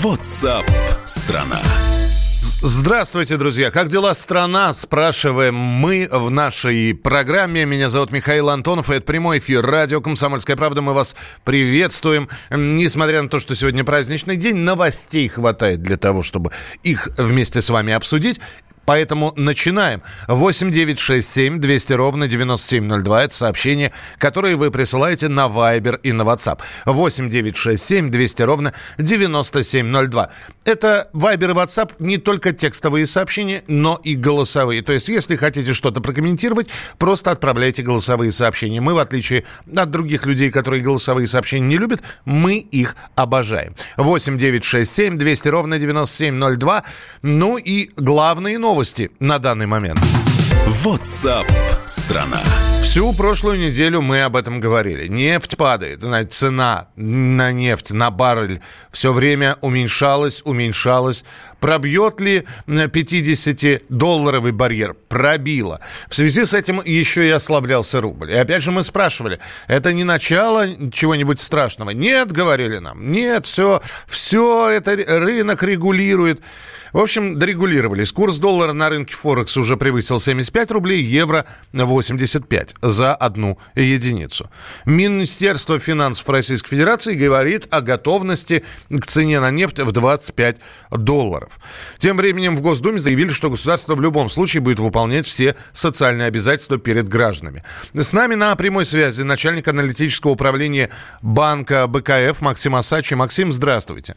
WhatsApp страна. Здравствуйте, друзья. Как дела, страна? Спрашиваем мы в нашей программе. Меня зовут Михаил Антонов, и это прямой эфир радио «Комсомольская правда». Мы вас приветствуем. Несмотря на то, что сегодня праздничный день, новостей хватает для того, чтобы их вместе с вами обсудить. Поэтому начинаем. 8 9 6 7 200 ровно 9702. Это сообщение, которое вы присылаете на Viber и на WhatsApp. 8 9 6 7 200 ровно 9702. Это Viber и WhatsApp не только текстовые сообщения, но и голосовые. То есть, если хотите что-то прокомментировать, просто отправляйте голосовые сообщения. Мы, в отличие от других людей, которые голосовые сообщения не любят, мы их обожаем. 8 9 6 7 200 ровно 9702. Ну и главные новости на данный момент. WhatsApp страна. Всю прошлую неделю мы об этом говорили. Нефть падает. Цена на нефть, на баррель все время уменьшалась. Пробьет ли 50-долларовый барьер? Пробило. В связи с этим еще и ослаблялся рубль. И опять же мы спрашивали, это не начало чего-нибудь страшного? Нет, говорили нам. Нет, все это рынок регулирует. В общем, дорегулировались. Курс доллара на рынке Форекс уже превысил 75 рублей, евро 85 за одну единицу. Министерство финансов Российской Федерации говорит о готовности к цене на нефть в 25 долларов. Тем временем в Госдуме заявили, что государство в любом случае будет выполнять все социальные обязательства перед гражданами. С нами на прямой связи начальник аналитического управления банка БКФ Максим Осадчий. Максим, здравствуйте.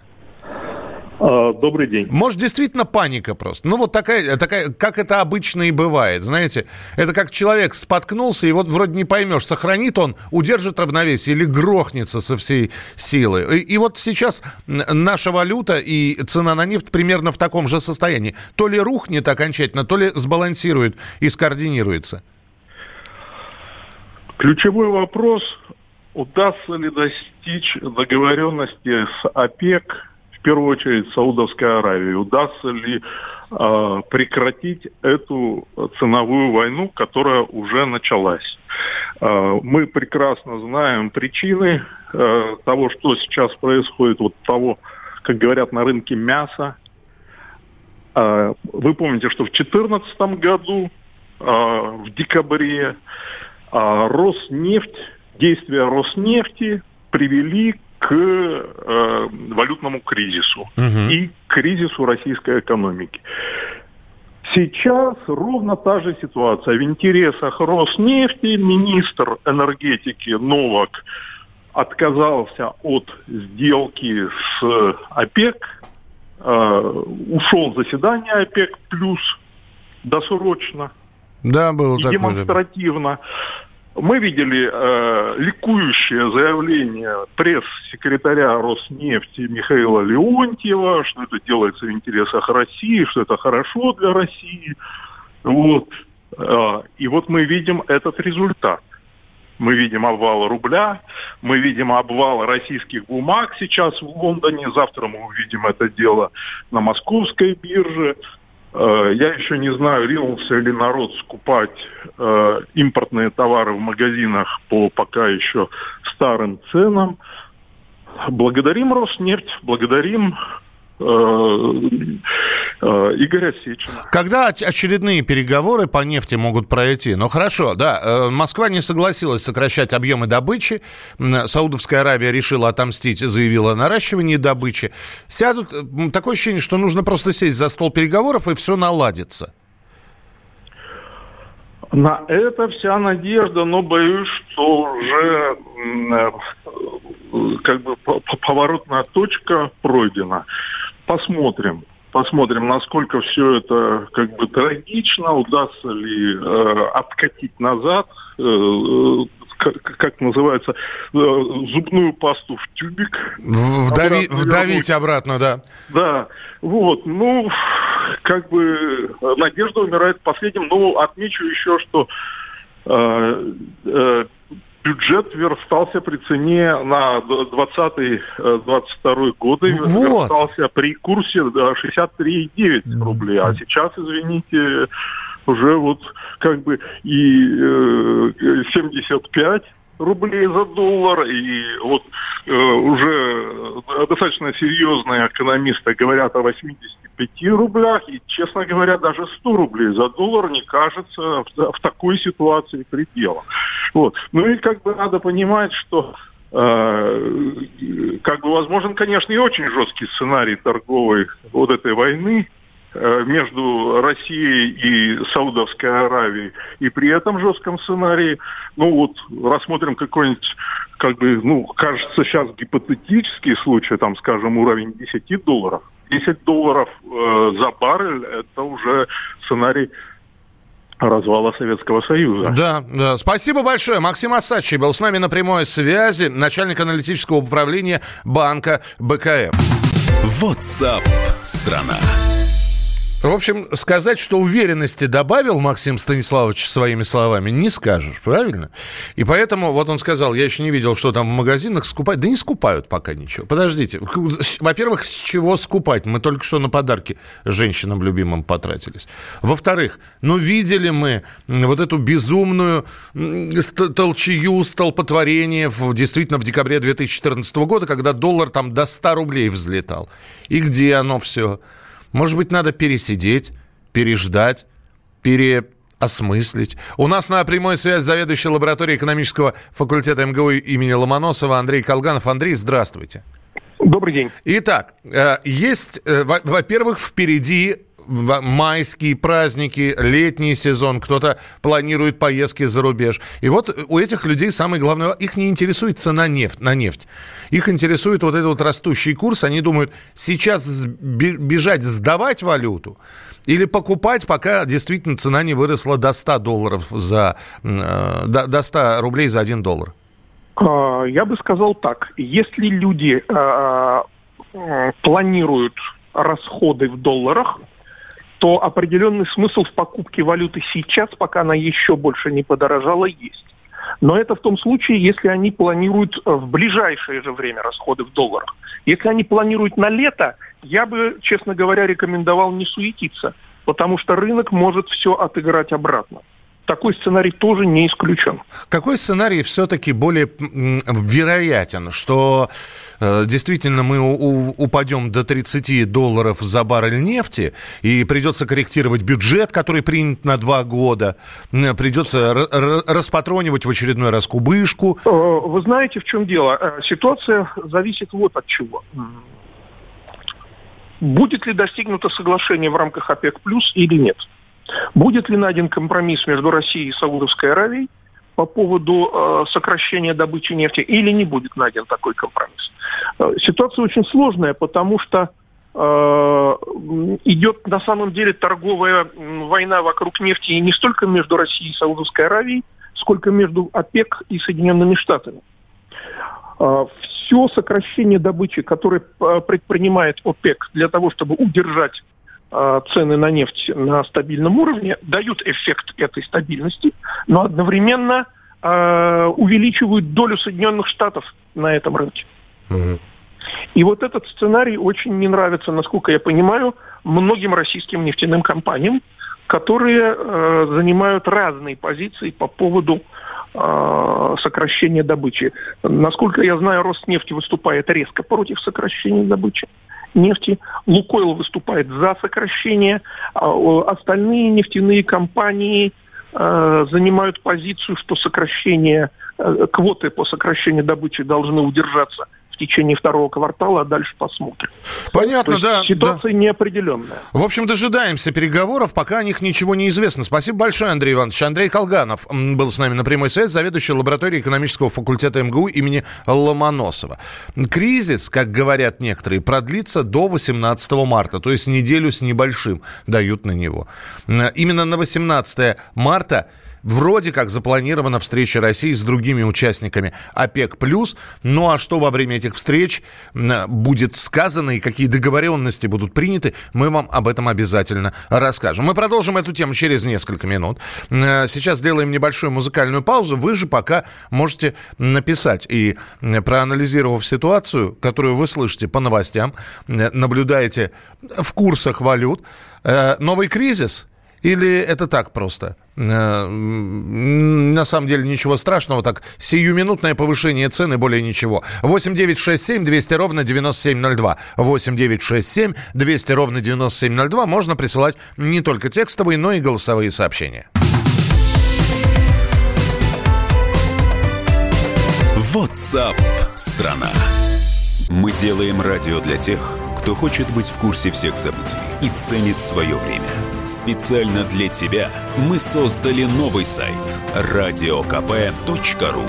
Добрый день. Может, действительно паника просто? Ну, вот такая, как это обычно и бывает. Знаете, это как человек споткнулся, и вот вроде не поймешь, сохранит он, удержит равновесие или грохнется со всей силы. И вот сейчас наша валюта и цена на нефть примерно в таком же состоянии. То ли рухнет окончательно, то ли сбалансирует и скоординируется. Ключевой вопрос, удастся ли достичь договоренности с ОПЕК, в первую очередь Саудовской Аравии, удастся ли прекратить эту ценовую войну, которая уже началась. Мы прекрасно знаем причины того, что сейчас происходит, вот того, как говорят на рынке мяса. Вы помните, что в 2014 году, в декабре, действия Роснефти привели к валютному кризису и к кризису российской экономики. Сейчас ровно та же ситуация. В интересах Роснефти министр энергетики Новак отказался от сделки с ОПЕК, ушел с заседания ОПЕК плюс досрочно. Да, было и такое. Демонстративно. Мы видели ликующее заявление пресс-секретаря Роснефти Михаила Леонтьева, что это делается в интересах России, что это хорошо для России. Вот. И вот мы видим этот результат. Мы видим обвал рубля, мы видим обвал российских бумаг сейчас в Лондоне, завтра мы увидим это дело на московской бирже. Я еще не знаю, ринулся ли народ скупать импортные товары в магазинах по пока еще старым ценам. Благодарим Роснефть, благодарим Игоря Сечина. Когда очередные переговоры по нефти могут пройти? Ну, хорошо, да. Москва не согласилась сокращать объемы добычи. Саудовская Аравия решила отомстить, заявила о наращивании добычи. Сядут... Такое ощущение, что нужно просто сесть за стол переговоров, и все наладится. На это вся надежда, но боюсь, что уже поворотная точка пройдена. Посмотрим, насколько все это трагично, удастся ли откатить назад, как называется, зубную пасту в тюбик. Вдавить обратно, да. Да, вот, надежда умирает последним. Отмечу еще, что бюджет верстался при цене на 2020-2022 годы, верстался при курсе 63,9 рублей. А сейчас, извините, уже и 75 рублей за доллар, и вот уже достаточно серьезные экономисты говорят о 85 рублях, и, честно говоря, даже 100 рублей за доллар не кажется в такой ситуации пределом. Вот. Ну и как бы надо понимать, что как бы возможен, конечно, и очень жесткий сценарий торговой вот этой войны между Россией и Саудовской Аравией. И при этом жестком сценарии, ну вот, рассмотрим какой-нибудь, как бы, ну, кажется, сейчас гипотетический случай, там, скажем, уровень $10. $10 за баррель – это уже сценарий развала Советского Союза. Да. Спасибо большое. Максим Осадчий был с нами на прямой связи, начальник аналитического управления банка БКФ. WhatsApp страна. В общем, сказать, что уверенности добавил Максим Станиславович своими словами, не скажешь, правильно? И поэтому, вот он сказал, я еще не видел, что там в магазинах скупают. Да не скупают пока ничего. Подождите. Во-первых, с чего скупать? Мы только что на подарки женщинам любимым потратились. Во-вторых, ну видели мы вот эту безумную толчею, столпотворение действительно в декабре 2014 года, когда доллар там до 100 рублей взлетал. И где оно все? Может быть, надо пересидеть, переждать, переосмыслить. У нас на прямой связи заведующий лабораторией экономического факультета МГУ имени Ломоносова Андрей Колганов. Андрей, здравствуйте. Добрый день. Итак, есть, во-первых, впереди майские праздники, летний сезон, кто-то планирует поездки за рубеж. И вот у этих людей самое главное, их не интересует цена на нефть. Их интересует вот этот вот растущий курс. Они думают, сейчас бежать, сдавать валюту или покупать, пока действительно цена не выросла до $100 до 100 рублей за $1. Я бы сказал так. Если люди планируют расходы в долларах, то определенный смысл в покупке валюты сейчас, пока она еще больше не подорожала, есть. Но это в том случае, если они планируют в ближайшее же время расходы в долларах. Если они планируют на лето, я бы, честно говоря, рекомендовал не суетиться, потому что рынок может все отыграть обратно. Такой сценарий тоже не исключен. Какой сценарий все-таки более вероятен, что действительно мы упадем до $30 за баррель нефти, и придется корректировать бюджет, который принят на 2 года, придется распатронивать в очередной раз кубышку? Вы знаете, в чем дело? Ситуация зависит вот от чего. Будет ли достигнуто соглашение в рамках ОПЕК+ или нет? Будет ли найден компромисс между Россией и Саудовской Аравией по поводу сокращения добычи нефти, или не будет найден такой компромисс? Ситуация очень сложная, потому что идет на самом деле торговая война вокруг нефти не столько между Россией и Саудовской Аравией, сколько между ОПЕК и Соединенными Штатами. Все сокращение добычи, которое предпринимает ОПЕК для того, чтобы удержать цены на нефть на стабильном уровне, дают эффект этой стабильности, но одновременно увеличивают долю Соединенных Штатов на этом рынке. И вот этот сценарий очень не нравится, насколько я понимаю, многим российским нефтяным компаниям, которые занимают разные позиции по поводу сокращения добычи. Насколько я знаю, Роснефть выступает резко против сокращения добычи нефти, Лукойл выступает за сокращение, остальные нефтяные компании занимают позицию, что квоты по сокращению добычи должны удержаться в течение 2 квартала, а дальше посмотрим. Понятно, да. Ситуация неопределенная. В общем, дожидаемся переговоров, пока о них ничего не известно. Спасибо большое, Андрей Иванович. Андрей Колганов был с нами на прямой связи, заведующий лабораторией экономического факультета МГУ имени Ломоносова. Кризис, как говорят некоторые, продлится до 18 марта, то есть неделю с небольшим дают на него. Именно на 18 марта вроде как запланирована встреча России с другими участниками ОПЕК+. Ну а что во время этих встреч будет сказано и какие договоренности будут приняты, мы вам об этом обязательно расскажем. Мы продолжим эту тему через несколько минут. Сейчас сделаем небольшую музыкальную паузу. Вы же пока можете написать. И проанализировав ситуацию, которую вы слышите по новостям, наблюдаете в курсах валют, новый кризис Или это так просто? На самом деле ничего страшного, так сиюминутное повышение цены, более ничего. 8 9 6 7 200 ровно 9702. 8 9 6 7 200 ровно 9702. Можно присылать не только текстовые, но и голосовые сообщения. WhatsApp страна. Мы делаем радио для тех, кто хочет быть в курсе всех событий и ценит свое время. Специально для тебя мы создали новый сайт radiokp.ru.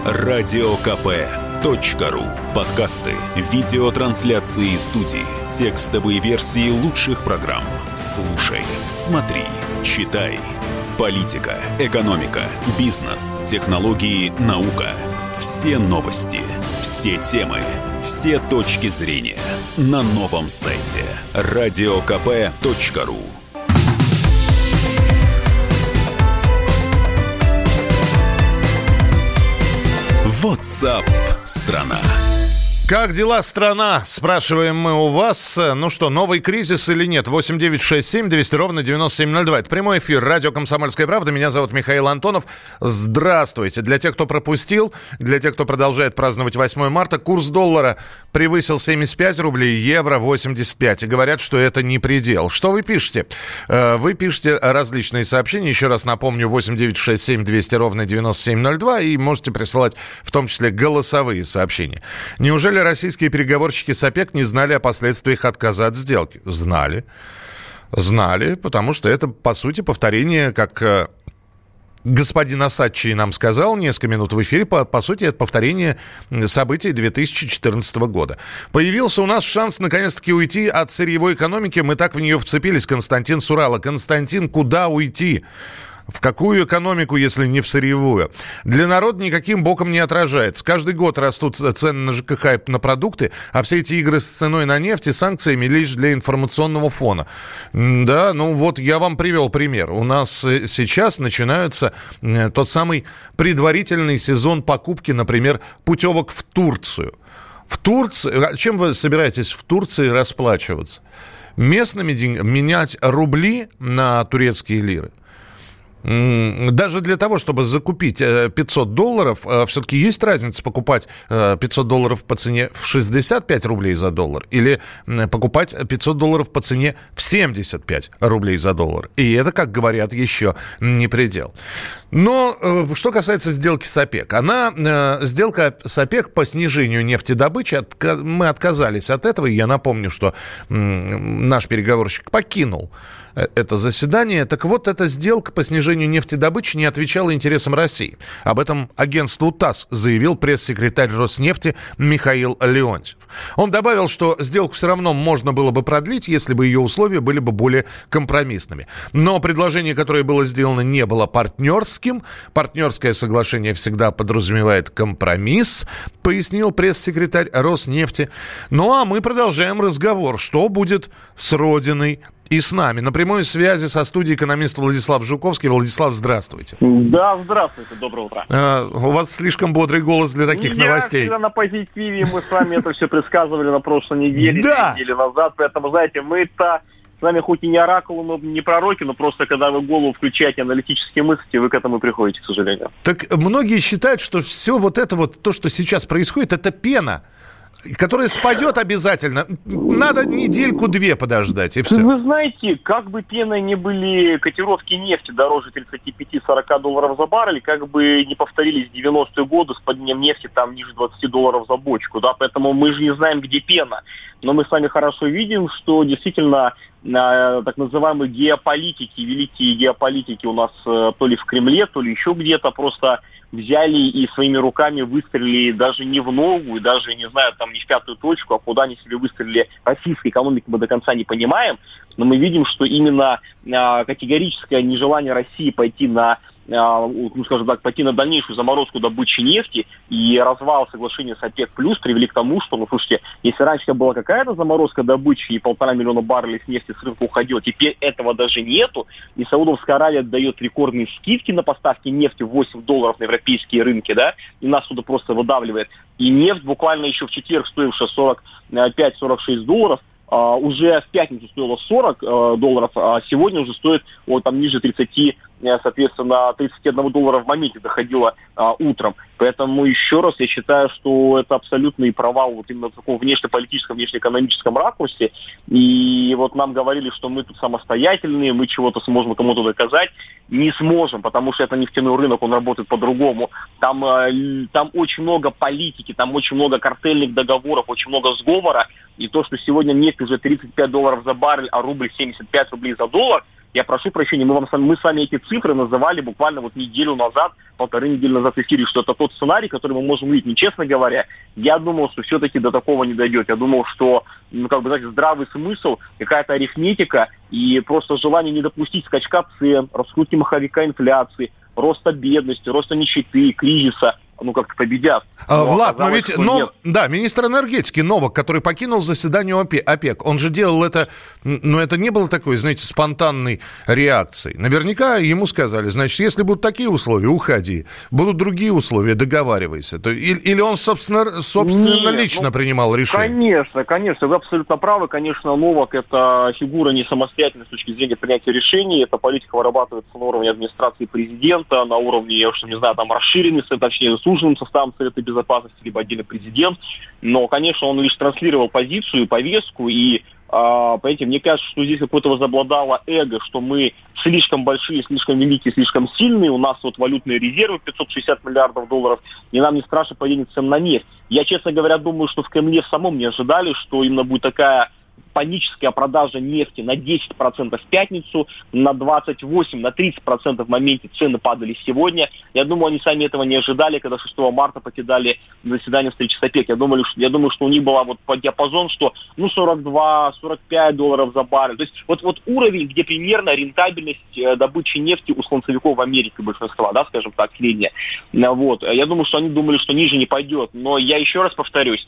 radiokp.ru. Подкасты, видеотрансляции студии, текстовые версии лучших программ. Слушай, смотри, читай. Политика, экономика, бизнес, технологии, наука. Все новости, все темы, все точки зрения на новом сайте radiokp.ru. WhatsApp страна. Как дела, страна? Спрашиваем мы у вас. Ну что, новый кризис или нет? 8 9 6 7 200 ровно 9702. Это прямой эфир. Радио «Комсомольская правда». Меня зовут Михаил Антонов. Здравствуйте. Для тех, кто пропустил, для тех, кто продолжает праздновать 8 марта, курс доллара превысил 75 рублей, евро 85. И говорят, что это не предел. Что вы пишете? Вы пишете различные сообщения. Еще раз напомню, 8 9 6 7 200 ровно 9702. И можете присылать в том числе голосовые сообщения. Неужели российские переговорщики с ОПЕК не знали о последствиях отказа от сделки? Знали. Знали, потому что это, по сути, повторение, как господин Асадчий нам сказал несколько минут в эфире, по сути, это повторение событий 2014 года. Появился у нас шанс наконец-таки уйти от сырьевой экономики. Мы так в нее вцепились. Константин Сурало. Константин, куда уйти? В какую экономику, если не в сырьевую? Для народа никаким боком не отражается. Каждый год растут цены на ЖКХ и на продукты, а все эти игры с ценой на нефть и санкциями лишь для информационного фона. Да, ну вот я вам привел пример. У нас сейчас начинается тот самый предварительный сезон покупки, например, путевок в Турцию. В Турции... Чем вы собираетесь в Турции расплачиваться? Местными деньгами менять рубли на турецкие лиры? Даже для того, чтобы закупить $500, все-таки есть разница покупать $500 по цене в 65 рублей за доллар или покупать $500 по цене в 75 рублей за доллар. И это, как говорят, еще не предел. Но что касается сделки с ОПЕК. Сделка с ОПЕК по снижению нефтедобычи, мы отказались от этого. И я напомню, что наш переговорщик покинул это заседание. Так вот, эта сделка по снижению нефтедобычи не отвечала интересам России. Об этом агентству ТАСС заявил пресс-секретарь Роснефти Михаил Леонтьев. Он добавил, что сделку все равно можно было бы продлить, если бы ее условия были бы более компромиссными. Но предложение, которое было сделано, не было партнерским. Партнерское соглашение всегда подразумевает компромисс, пояснил пресс-секретарь Роснефти. Ну а мы продолжаем разговор. Что будет с Родиной и с нами? На прямой связи со студией экономист Владислав Жуковский. Владислав, здравствуйте. Да, здравствуйте, доброе утро. У вас слишком бодрый голос для таких новостей. Я всегда на позитиве, мы с вами это все предсказывали на прошлой неделе, неделю назад, поэтому, знаете, мы-то с вами хоть и не оракулы, но не пророки, но просто когда вы голову включаете, аналитические мысли, вы к этому приходите, к сожалению. Так многие считают, что все вот это вот, то, что сейчас происходит, это пена, которая спадет обязательно. Надо недельку-две подождать, и все. Вы знаете, как бы пеной не были котировки нефти дороже 35-40 долларов за баррель, как бы не повторились 90-е годы с падением нефти там ниже $20 за бочку, да, поэтому мы же не знаем, где пена. Но мы с вами хорошо видим, что действительно так называемые геополитики, великие геополитики у нас то ли в Кремле, то ли еще где-то просто взяли и своими руками выстрелили даже не в ногу, и даже, не знаю, там не в пятую точку, а куда они себе выстрелили российской экономики, мы до конца не понимаем. Но мы видим, что именно категорическое нежелание России пойти на пойти на дальнейшую заморозку добычи нефти и развал соглашения с ОПЕК+, привели к тому, что, слушайте, если раньше была какая-то заморозка добычи и 1,5 миллиона баррелей с нефти с рынка уходило, теперь этого даже нету, и Саудовская Аравия дает рекордные скидки на поставки нефти в $8 на европейские рынки, да, и нас туда просто выдавливает. И нефть буквально еще в четверг, стоившая $45-46, уже в пятницу стоило $40, а сегодня уже стоит там ниже 30, соответственно, $31 в моменте доходило утром. Поэтому еще раз я считаю, что это абсолютный провал вот именно в таком внешнеполитическом, внешнеэкономическом ракурсе. И вот нам говорили, что мы тут самостоятельные, мы чего-то сможем кому-то доказать. Не сможем, потому что это нефтяной рынок, он работает по-другому. Там очень много политики, там очень много картельных договоров, очень много сговора. И то, что сегодня нефть уже $35 за баррель, а рубль 75 рублей за доллар, я прошу прощения, мы с вами эти цифры называли буквально вот неделю назад, 1,5 недели назад в эфире, что это тот сценарий, который мы можем увидеть. Но, честно говоря, я думал, что все-таки до такого не дойдет. Я думал, что, здравый смысл, какая-то арифметика и просто желание не допустить скачка цен, раскрутки маховика инфляции, роста бедности, роста нищеты, кризиса, как-то победят. Влад, но ведь министр энергетики Новак, который покинул заседание ОПЕК, он же делал это, это не было такой, спонтанной реакцией. Наверняка ему сказали, если будут такие условия, уходи. Будут другие условия, договаривайся. Или он, собственно лично принимал решение? Конечно, вы абсолютно правы. Конечно, Новак – это фигура не самостоятельная с точки зрения принятия решений. Эта политика вырабатывается на уровне администрации президента, на уровне, расширенной, точнее, суженным составом Совета Безопасности, либо отдельный президент. Но, конечно, он лишь транслировал позицию, повестку, и понимаете, мне кажется, что здесь какое-то возобладало эго, что мы слишком большие, слишком великие, слишком сильные, у нас валютные резервы $560 миллиардов, и нам не страшно падение цен на нефть. Я, честно говоря, думаю, что в Кремле в самом не ожидали, что именно будет такая паническая продажа нефти на 10% в пятницу, на 28%, на 30% в моменте цены падали сегодня. Я думаю, они сами этого не ожидали, когда 6 марта покидали заседание встречи с ОПЕК. Я думаю, что у них была диапазон, что $42-45 за баррель. То есть вот уровень, где примерно рентабельность добычи нефти у сланцевиков в Америке большинства, скажем так, средняя. Я думаю, что они думали, что ниже не пойдет. Но я еще раз повторюсь,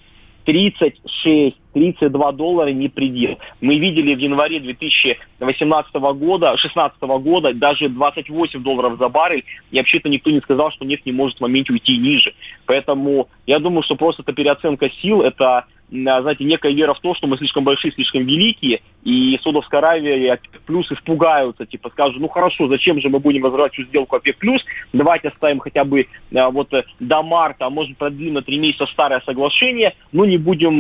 $36-32 не предел. Мы видели в январе 2016 года даже $28 за баррель, и вообще-то никто не сказал, что нефть не может в моменте уйти ниже. Поэтому я думаю, что просто это переоценка сил, это, некая вера в то, что мы слишком большие, слишком великие, и Саудовская Аравия и ОПЕК плюс испугаются, скажут, хорошо, зачем же мы будем разрывать всю сделку ОПЕК плюс, давайте оставим хотя бы до марта, а может продлим на 3 месяца старое соглашение, но не будем,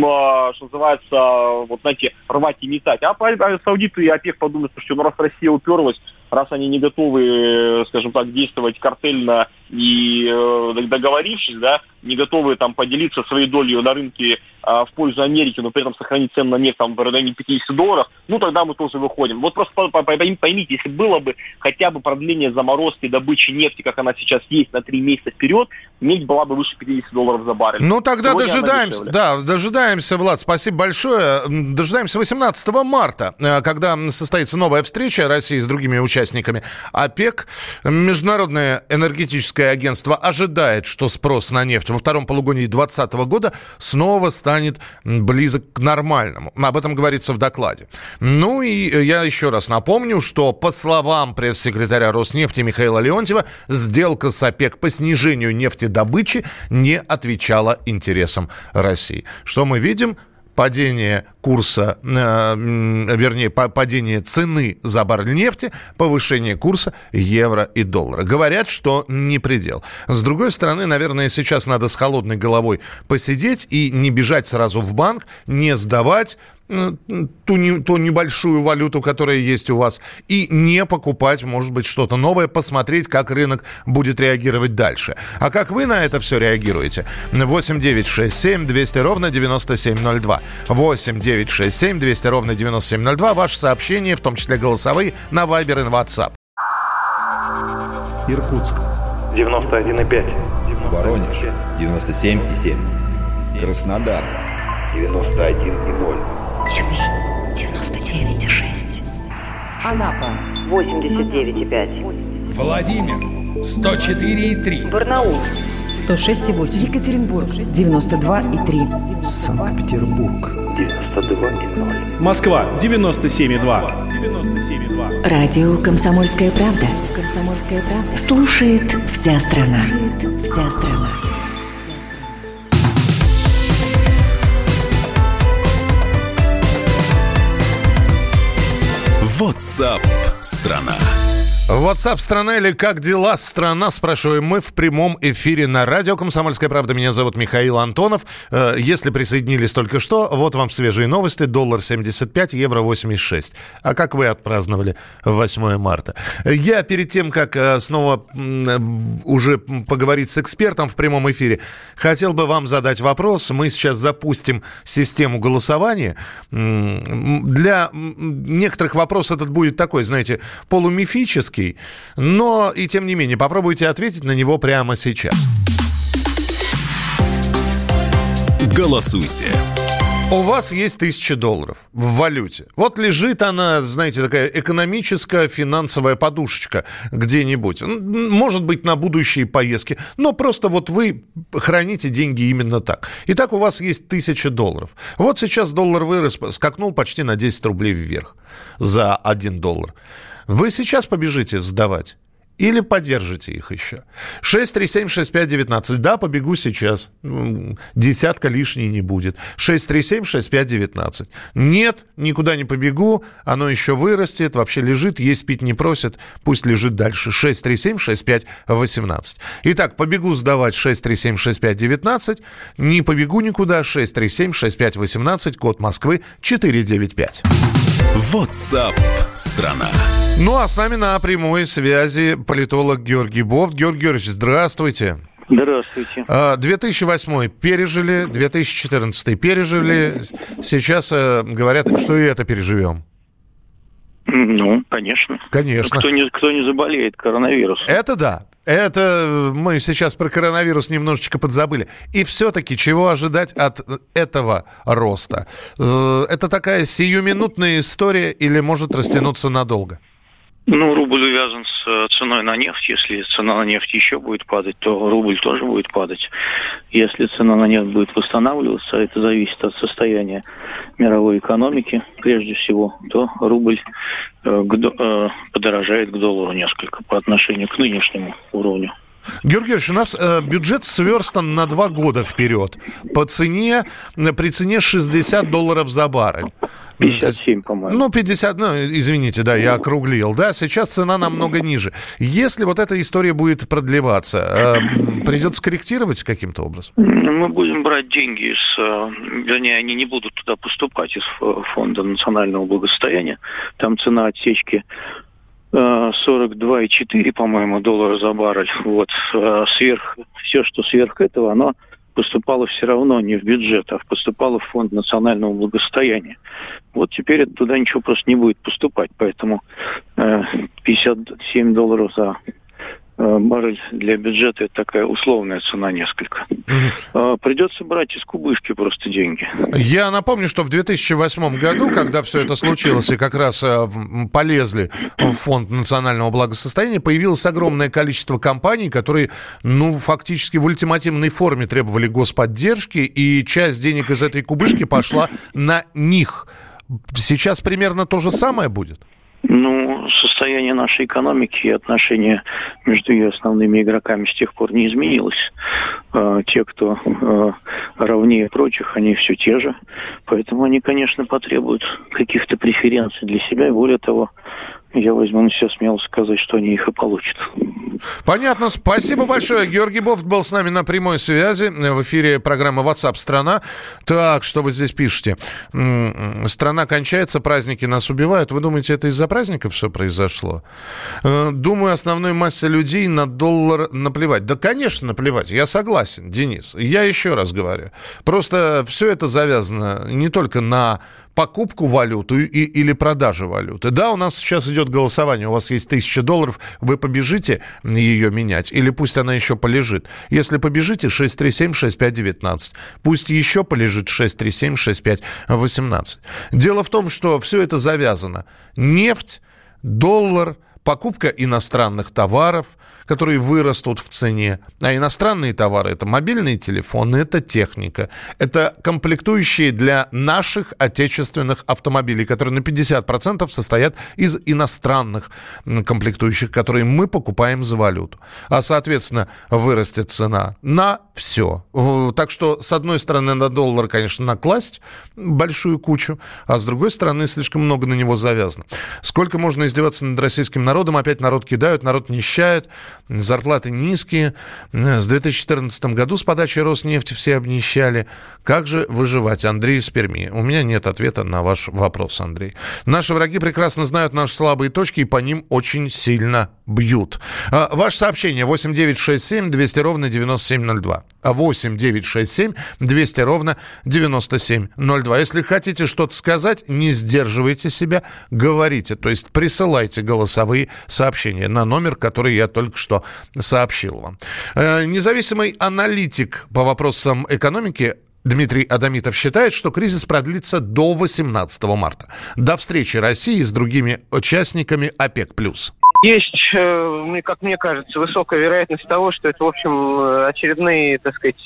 рвать и метать. А саудиты и ОПЕК подумают, что раз Россия уперлась, раз они не готовы, действовать картельно и договорившись, не готовы поделиться своей долей на рынке в пользу Америки, но при этом сохранить цену на нефть в районе $50, тогда мы тоже выходим. Просто поймите, если было бы хотя бы продление заморозки добычи нефти, как она сейчас есть, на 3 месяца вперед, нефть была бы выше $50 за баррель. Тогда дожидаемся, Влад, спасибо большое. Дожидаемся 18 марта, когда состоится новая встреча России с другими участниками ОПЕК. Международное энергетическое агентство ожидает, что спрос на нефть во втором полугодии 2020 года снова станет близок к нормальному. Об этом говорится в докладе. И я еще раз напомню, что по словам пресс-секретаря Роснефти Михаила Леонтьева, сделка с ОПЕК по снижению нефтедобычи не отвечала интересам России. Что мы видим? Падение курса, падение цены за баррель нефти, повышение курса евро и доллара. Говорят, что не предел. С другой стороны, наверное, сейчас надо с холодной головой посидеть и не бежать сразу в банк, не сдавать ту небольшую валюту, которая есть у вас, и не покупать, может быть, что-то новое, посмотреть, как рынок будет реагировать дальше. А как вы на это все реагируете? 8-967-200-97-02. 8-967-200-97-02. Ваши сообщения, в том числе голосовые, на Viber и WhatsApp. Иркутск 91,5. Воронеж 97,7. Краснодар 91,0. Тюмень 99,6. Анапа 89,5. Владимир 104,3. Барнаул 106,8. Екатеринбург 92,3. Санкт-Петербург 92,0. Москва 97,2. Радио «Комсомольская правда». «Комсомольская правда». Слушает вся страна. Вся страна. WhatsApp страна. WhatsApp страна или как дела страна, спрашиваем мы в прямом эфире на радио «Комсомольская правда». Меня зовут Михаил Антонов. Если присоединились только что, вот вам свежие новости. Доллар 75, евро 86. А как вы отпраздновали 8 марта? Я перед тем, как снова уже поговорить с экспертом в прямом эфире, хотел бы вам задать вопрос. Мы сейчас запустим систему голосования. Для некоторых вопрос этот будет такой, знаете, полумифический. Но и тем не менее, попробуйте ответить на него прямо сейчас. Голосуйте. У вас есть $1000 в валюте. Вот лежит она, знаете, такая экономическая финансовая подушечка где-нибудь. Может быть, на будущие поездки. Но просто вот вы храните деньги именно так. Итак, у вас есть $1000. Вот сейчас доллар вырос, скакнул почти на 10 рублей вверх за $1. Вы сейчас побежите сдавать или подержите их еще? 637-6519. Да, побегу сейчас. Десятка лишней не будет. 637-6519. Нет, никуда не побегу. Оно еще вырастет. Вообще лежит, есть пить не просит. Пусть лежит дальше. 637-6518. Итак, побегу сдавать 637-6519. Не побегу никуда. 637-6518. Код Москвы 495. WhatsApp страна. Ну, а с нами на прямой связи политолог Георгий Бофт. Георгий Георгиевич, здравствуйте. Здравствуйте. 2008 пережили, 2014 пережили. Сейчас говорят, что и это переживем. Ну, конечно. Конечно. Кто не заболеет коронавирусом. Это да. Это мы сейчас про коронавирус немножечко подзабыли. И все-таки чего ожидать от этого роста? Это такая сиюминутная история или может растянуться надолго? Ну, рубль увязан с ценой на нефть. Если цена на нефть еще будет падать, то рубль тоже будет падать. Если цена на нефть будет восстанавливаться, это зависит от состояния мировой экономики, прежде всего, то рубль подорожает к доллару несколько по отношению к нынешнему уровню. Георгий Георгиевич, у нас бюджет сверстан на 2 года вперед. При цене $60 за баррель. 57, по-моему. Ну, 50, извините, да, я округлил. Да, сейчас цена намного ниже. Если вот эта история будет продлеваться, придется корректировать каким-то образом? Мы будем брать деньги вернее, они не будут туда поступать из Фонда национального благосостояния. Там цена отсечки 42,4, по-моему, доллара за баррель. Вот. Все, что сверх этого, оно поступало все равно не в бюджет, а поступало в Фонд национального благосостояния. Вот теперь туда ничего просто не будет поступать. Поэтому $57 за баррель для бюджета — это такая условная цена несколько. Придется брать из кубышки просто деньги. Я напомню, что в 2008 году, когда все это случилось и как раз полезли в Фонд национального благосостояния, появилось огромное количество компаний, которые, фактически в ультимативной форме требовали господдержки, и часть денег из этой кубышки пошла на них. Сейчас примерно то же самое будет? Состояние нашей экономики и отношения между ее основными игроками с тех пор не изменилось. Те, кто равнее прочих, они все те же. Поэтому они, конечно, потребуют каких-то преференций для себя. И более того, я возьму на себя смело сказать, что они их и получат. Понятно. Спасибо большое. Георгий Бофт был с нами на прямой связи. В эфире программа WhatsApp страна. Так, что вы здесь пишете? Страна кончается, праздники нас убивают. Вы думаете, это из-за праздников все произошло? Думаю, основной массе людей на доллар наплевать. Да, конечно, наплевать. Я согласен, Денис. Я еще раз говорю. Просто все это завязано не только на покупку валюты или продажу валюты. Да, у нас сейчас идет голосование. У вас есть $1000, вы побежите ее менять, или пусть она еще полежит. Если побежите, 637-6519. Пусть еще полежит 637-6518. Дело в том, что все это завязано. Нефть, доллар, покупка иностранных товаров, которые вырастут в цене. А иностранные товары – это мобильные телефоны, это техника, это комплектующие для наших отечественных автомобилей, которые на 50% состоят из иностранных комплектующих, которые мы покупаем за валюту. А, соответственно, вырастет цена на все. Так что, с одной стороны, на доллар, конечно, накласть большую кучу, а с другой стороны, слишком много на него завязано. Сколько можно издеваться над российским народом? Опять народ кидают, народ нищает, зарплаты низкие. С 2014 году с подачи Роснефти все обнищали. Как же выживать? Андрей из Перми. У меня нет ответа на ваш вопрос, Андрей. Наши враги прекрасно знают наши слабые точки и по ним очень сильно бьют. Ваше сообщение 8 9 6 7 200 ровно 9702. 8 9 6 7 200 ровно 9702. Если хотите что-то сказать, не сдерживайте себя, говорите. То есть присылайте голосовые сообщения на номер, который я только что сообщил вам. Независимый аналитик по вопросам экономики Дмитрий Адамитов считает, что кризис продлится до 18 марта, до встречи России с другими участниками ОПЕК+. Есть, как мне кажется, высокая вероятность того, что это, в общем, очередные, так сказать,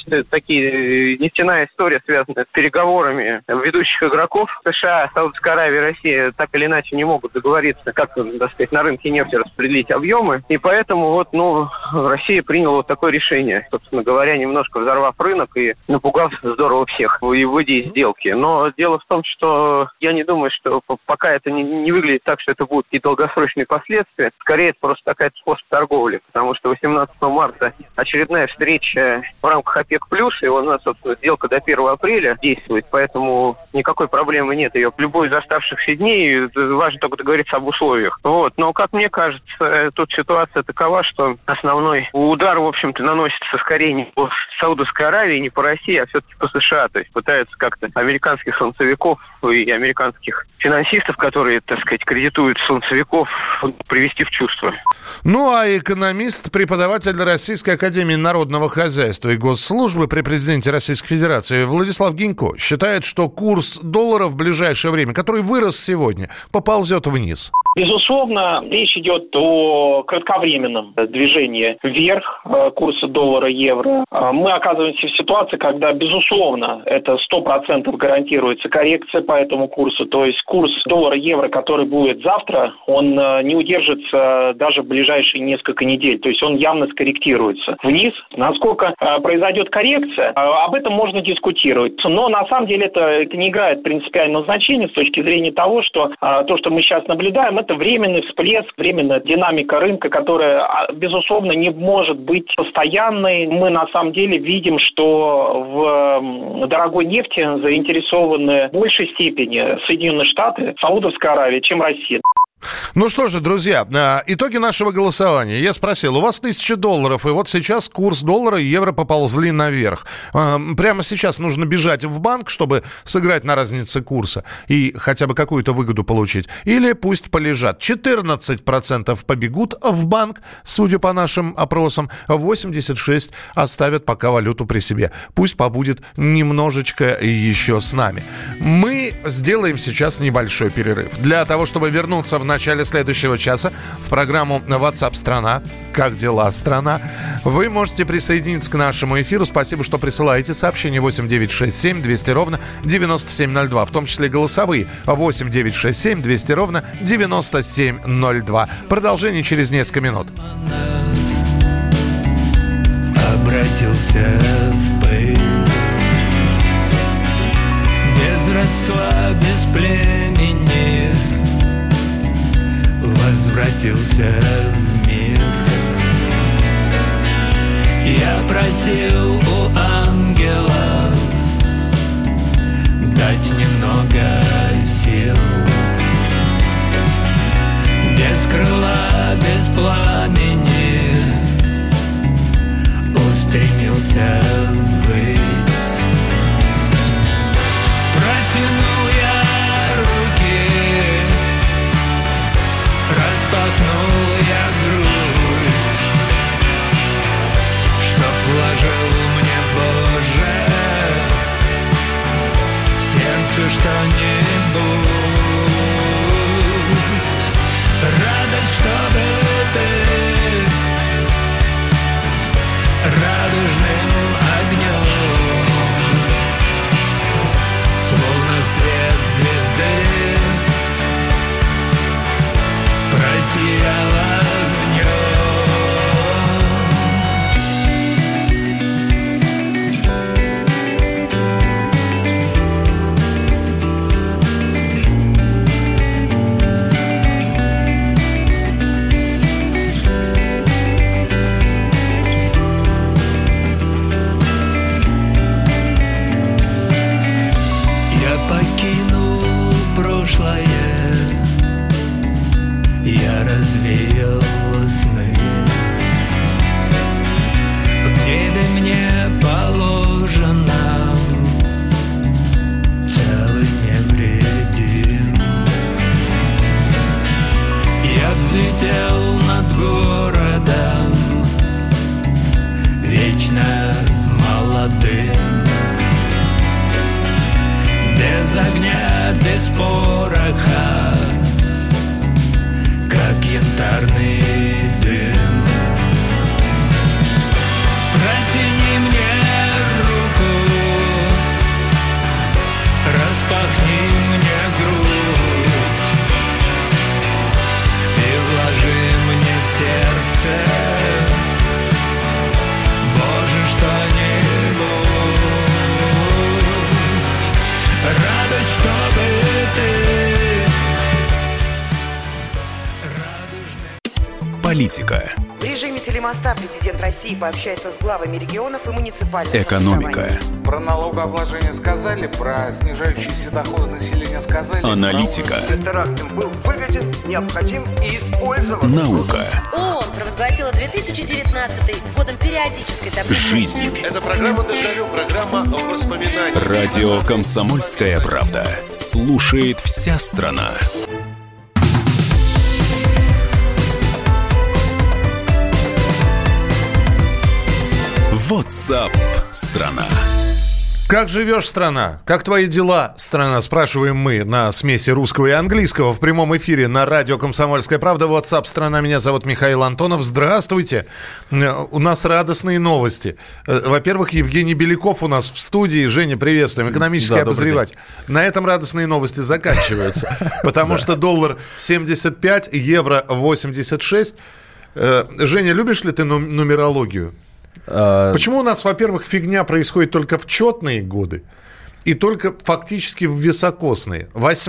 такие нефтяная история, связанная с переговорами ведущих игроков. США, Саудовская Аравия, Россия так или иначе не могут договориться, как, так сказать, на рынке нефти распределить объемы. И поэтому Россия приняла вот такое решение, собственно говоря, немножко взорвав рынок и напугав здорово всех, и выйдя из сделки. Но дело в том, что я не думаю, что пока это не выглядит так, что это будут какие-то долгосрочные последствия. Скорее, это просто такая способ торговли, потому что 18 марта очередная встреча в рамках ОПЕК+, и у нас, собственно, сделка до 1 апреля действует, поэтому никакой проблемы нет. Ее в любой из оставшихся дней важно только договориться об условиях. Но, как мне кажется, тут ситуация такова, что основной удар, в общем-то, наносится скорее не по Саудовской Аравии, не по России, а все-таки по США. То есть пытаются как-то американских солнцевиков и американских финансистов, которые, так сказать, кредитуют солнцевиков, привести в чувство. Ну, а экономист, преподаватель Российской академии народного хозяйства и госслужбы при президенте Российской Федерации Владислав Гинько считает, что курс доллара в ближайшее время, который вырос сегодня, поползет вниз. Безусловно, речь идет о кратковременном движении вверх курса доллара-евро. Мы оказываемся в ситуации, когда, безусловно, это 100% гарантируется коррекция по этому курсу. То есть курс доллара-евро, который будет завтра, он не удержится даже в ближайшие несколько недель. То есть он явно скорректируется вниз. Насколько произойдет коррекция, об этом можно дискутировать. Но на самом деле это не играет принципиального значения с точки зрения того, что то, что мы сейчас наблюдаем, это временный всплеск, временная динамика рынка, которая, безусловно, не может быть постоянной. Мы на самом деле видим, что в дорогой нефти заинтересованы в большей степени Соединенные Штаты, Саудовская Аравия, чем Россия. Ну что же, друзья, итоги нашего голосования. Я спросил, у вас $1000, и вот сейчас курс доллара и евро поползли наверх. Прямо сейчас нужно бежать в банк, чтобы сыграть на разнице курса и хотя бы какую-то выгоду получить. Или пусть полежат. 14% побегут в банк, судя по нашим опросам. 86% оставят пока валюту при себе. Пусть побудет немножечко еще с нами. Мы сделаем сейчас небольшой перерыв. Для того, чтобы вернуться в начале следующего часа в программу WhatsApp страна. Как дела, страна? Вы можете присоединиться к нашему эфиру. Спасибо, что присылаете сообщения 8 9 6 7 200 ровно 9702, в том числе голосовые 8 9 6 7 200 ровно 9702. Продолжение через несколько минут. Обратился в пыль, без родства, без племени, возвратился в мир. Я просил у ангелов дать немного сил. Без крыла, без пламени устремился ввысь. Протянул я руки, распахнул я грудь, чтоб вложил мне, Боже, в сердце что-нибудь. Радость, чтобы Политика. В режиме телемоста президент России пообщается с главами регионов и муниципальных Экономика. Про налогообложение сказали, про снижающиеся доходы населения сказали. Аналитика. Теракт был выгоден, необходим и использован. Наука. ООН провозгласила 2019 годом периодической таблицы. Жизнь. Это программа «Дежавю», программа воспоминаний. Радио «Комсомольская правда». Слушает вся страна. WhatsApp страна. Как живешь, страна? Как твои дела, страна? Спрашиваем мы на смеси русского и английского в прямом эфире на радио «Комсомольская правда». WhatsApp страна. Меня зовут Михаил Антонов. Здравствуйте. У нас радостные новости. Во-первых, Евгений Беляков у нас в студии. Женя, приветствуем. Экономический обозреватель. На этом радостные новости заканчиваются. Потому что доллар 75, евро 86. Женя, любишь ли ты нумерологию? Почему у нас, во-первых, фигня происходит только в четные годы и только фактически в високосные?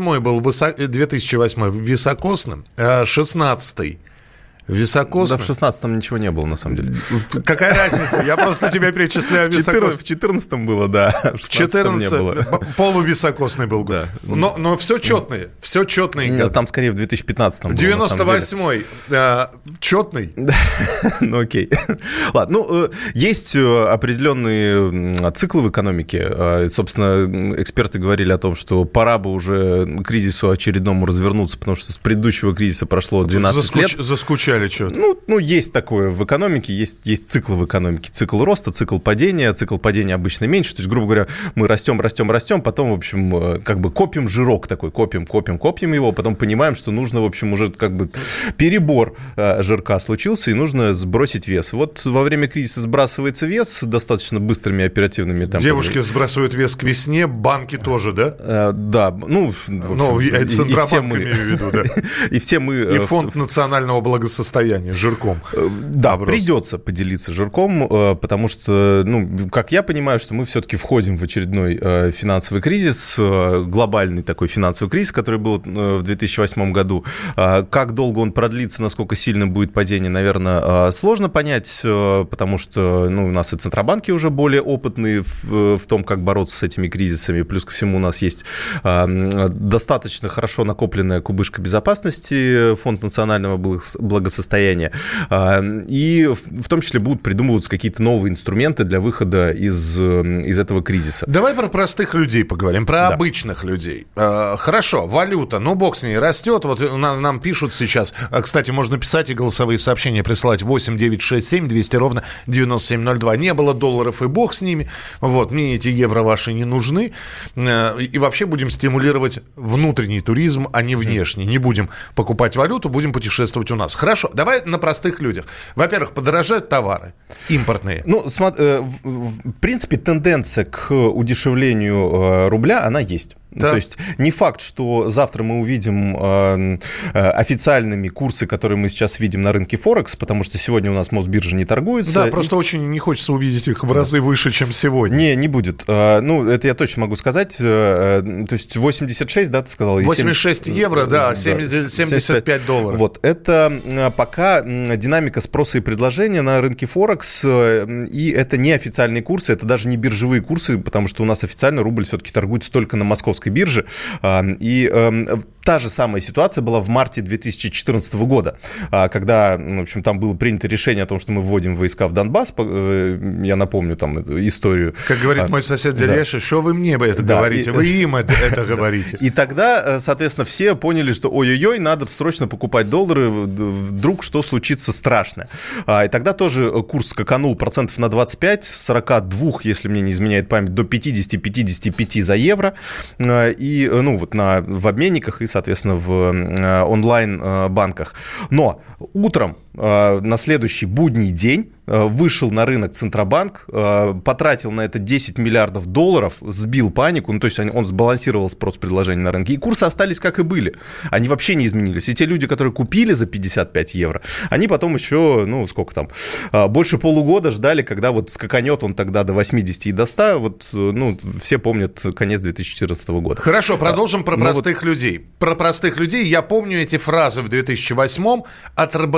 2008 високосным, 16-й високосным. Да, в 16-м ничего не было, на самом деле. Какая разница? Я просто тебя перечисляю високосным. В 14-м было, да. В 14-м полувисокосный был год. Да. Но все четные. Все четные годы. Там скорее в 2015-м. 98-й четный. Ну окей. Ладно, есть определенные циклы в экономике. Собственно, эксперты говорили о том, что пора бы уже кризису очередному развернуться, потому что с предыдущего кризиса прошло 12 лет. Заскучали что-то. Ну, есть такое в экономике, есть циклы в экономике. Цикл роста, цикл падения. Цикл падения обычно меньше. То есть, грубо говоря, мы растем, потом, в общем, как бы копим жирок такой, копим его, потом понимаем, что нужно, в общем, уже как бы перебор жирка случился, и нужно сбросить вес. Вот во время кризиса сбрасывается вес достаточно быстрыми, оперативными темпами. Девушки сбрасывают вес к весне, банки тоже, да? Да, Центробанк имею в виду, да. И все мы... И фонд национального благосостояния жирком. Да, придется поделиться жирком, потому что, как я понимаю, что мы все-таки входим в очередной финансовый кризис, глобальный такой финансовый кризис, который был в 2008 году. Как долго он продлится, насколько сильно будет падение, наверное, сложно понять, потому что у нас и центробанки уже более опытные в том, как бороться с этими кризисами. Плюс ко всему у нас есть достаточно хорошо накопленная кубышка безопасности, фонд национального благосостояния. И в том числе будут придумываться какие-то новые инструменты для выхода из этого кризиса. Давай про простых людей поговорим, про обычных людей. Хорошо, валюта, бог с ней, растет. Вот нам пишут сейчас, кстати, можно писать и голосовые сообщения присылать 8-967-200-97-02. Не было долларов, и бог с ними. Вот, мне эти евро ваши не нужны. И вообще будем стимулировать внутренний туризм, а не внешний. Не будем покупать валюту, будем путешествовать у нас. Хорошо, давай на простых людях. Во-первых, подорожают товары импортные. В принципе, тенденция к удешевлению рубля, она есть. Да. То есть не факт, что завтра мы увидим официальными курсы, которые мы сейчас видим на рынке Форекс, потому что сегодня у нас Мосбиржа не торгуется. Да, просто очень не хочется увидеть их в разы выше, чем сегодня. Не будет. Это я точно могу сказать. То есть 86, да, ты сказал? 86 евро, да, 75 долларов. Вот, это пока динамика спроса и предложения на рынке Форекс, и это не официальные курсы, это даже не биржевые курсы, потому что у нас официально рубль все-таки торгуется только на московской бирже. И та же самая ситуация была в марте 2014 года, когда, в общем, там было принято решение о том, что мы вводим войска в Донбасс. Я напомню там эту историю. Как говорит мой сосед дядя Яша, что вы мне это говорите? Вы им это говорите. И тогда, соответственно, все поняли, что ой-ой-ой, надо срочно покупать доллары, вдруг что случится страшное. И тогда тоже курс скаканул процентов на 25, с 42, если мне не изменяет память, до 50-55 за евро. И, в обменниках и, соответственно, в онлайн-банках. Но утром на следующий будний день вышел на рынок Центробанк, потратил на это 10 миллиардов долларов, сбил панику, то есть он сбалансировал спрос-предложение на рынке, и курсы остались как и были. Они вообще не изменились. И те люди, которые купили за 55 евро, они потом еще, больше полугода ждали, когда вот скаканет он тогда до 80 и до 100. Все помнят конец 2014 года. Хорошо, продолжим про простых людей. Про простых людей я помню эти фразы в 2008-м от работодателя